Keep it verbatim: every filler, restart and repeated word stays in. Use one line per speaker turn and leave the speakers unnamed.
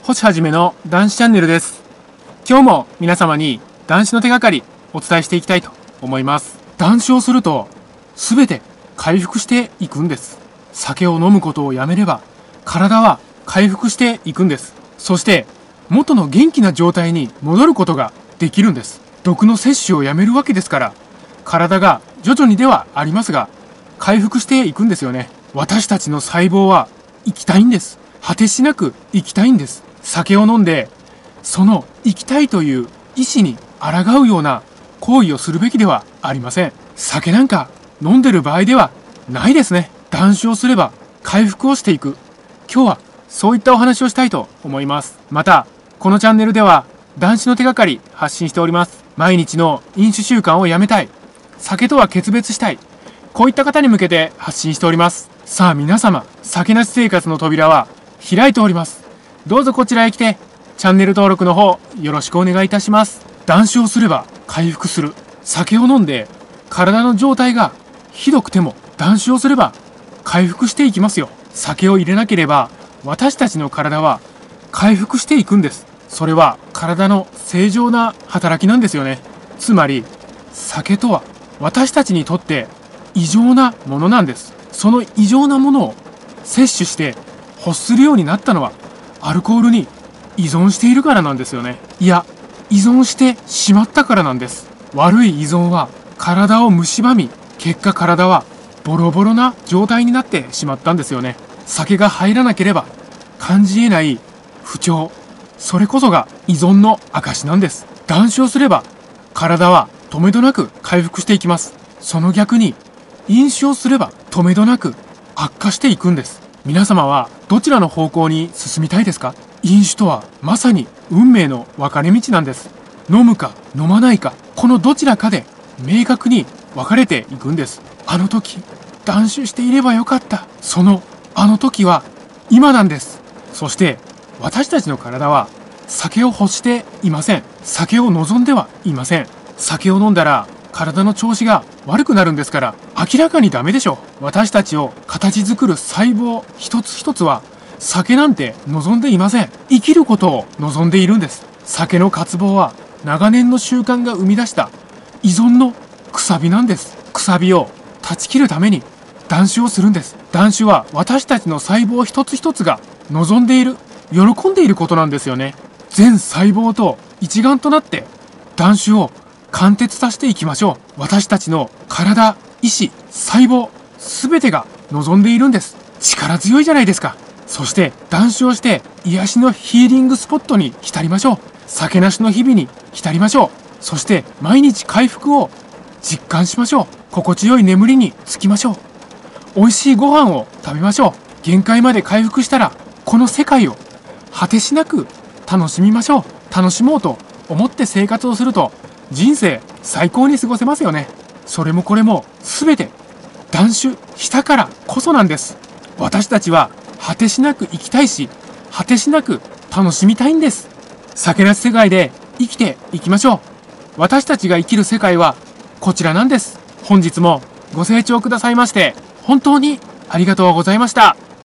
星はじめの男子チャンネルです。今日も皆様に男子の手がかりお伝えしていきたいと思います。断酒をすると全て回復していくんです。酒を飲むことをやめれば体は回復していくんです。そして元の元気な状態に戻ることができるんです。毒の摂取をやめるわけですから体が徐々にではありますが回復していくんですよね。私たちの細胞は生きたいんです。果てしなく生きたいんです。酒を飲んでその生きたいという意志に抗うような行為をするべきではありません。酒なんか飲んでる場合ではないですね。断酒をすれば回復をしていく。今日はそういったお話をしたいと思います。またこのチャンネルでは断酒の手がかり発信しております。毎日の飲酒習慣をやめたい、酒とは決別したい、こういった方に向けて発信しております。さあ皆様、酒なし生活の扉は開いております。どうぞこちらへ来てチャンネル登録の方よろしくお願いいたします。断酒をすれば回復する。酒を飲んで体の状態がひどくても断酒をすれば回復していきますよ。酒を入れなければ私たちの体は回復していくんです。それは体の正常な働きなんですよね。つまり酒とは私たちにとって異常なものなんです。その異常なものを摂取して欲するようになったのはアルコールに依存しているからなんですよね。いや、依存してしまったからなんです。悪い依存は体を蝕み、結果体はボロボロな状態になってしまったんですよね。酒が入らなければ感じ得ない不調、それこそが依存の証なんです。断酒をすれば体は止めどなく回復していきます。その逆に飲酒をすれば止めどなく悪化していくんです。皆様はどちらの方向に進みたいですか？飲酒とはまさに運命の分かれ道なんです。飲むか飲まないか、このどちらかで明確に分かれていくんです。あの時断酒していればよかった、そのあの時は今なんです。そして私たちの体は酒を欲していません。酒を望んではいません。酒を飲んだら体の調子が悪くなるんですから明らかにダメでしょう。私たちを形作る細胞一つ一つは酒なんて望んでいません。生きることを望んでいるんです。酒の渇望は長年の習慣が生み出した依存のくさびなんです。くさびを断ち切るために断酒をするんです。断酒は私たちの細胞一つ一つが望んでいる、喜んでいることなんですよね。全細胞と一丸となって断酒を貫徹させていきましょう。私たちの体、意志、細胞、すべてが望んでいるんです。力強いじゃないですか。そして断酒をして癒しのヒーリングスポットに浸りましょう。酒なしの日々に浸りましょう。そして毎日回復を実感しましょう。心地よい眠りにつきましょう。美味しいご飯を食べましょう。限界まで回復したらこの世界を果てしなく楽しみましょう。楽しもうと思って生活をすると人生最高に過ごせますよね。それもこれも全て断酒したからこそなんです。私たちは果てしなく生きたいし、果てしなく楽しみたいんです。酒なし世界で生きていきましょう。私たちが生きる世界はこちらなんです。本日もご清聴くださいまして本当にありがとうございました。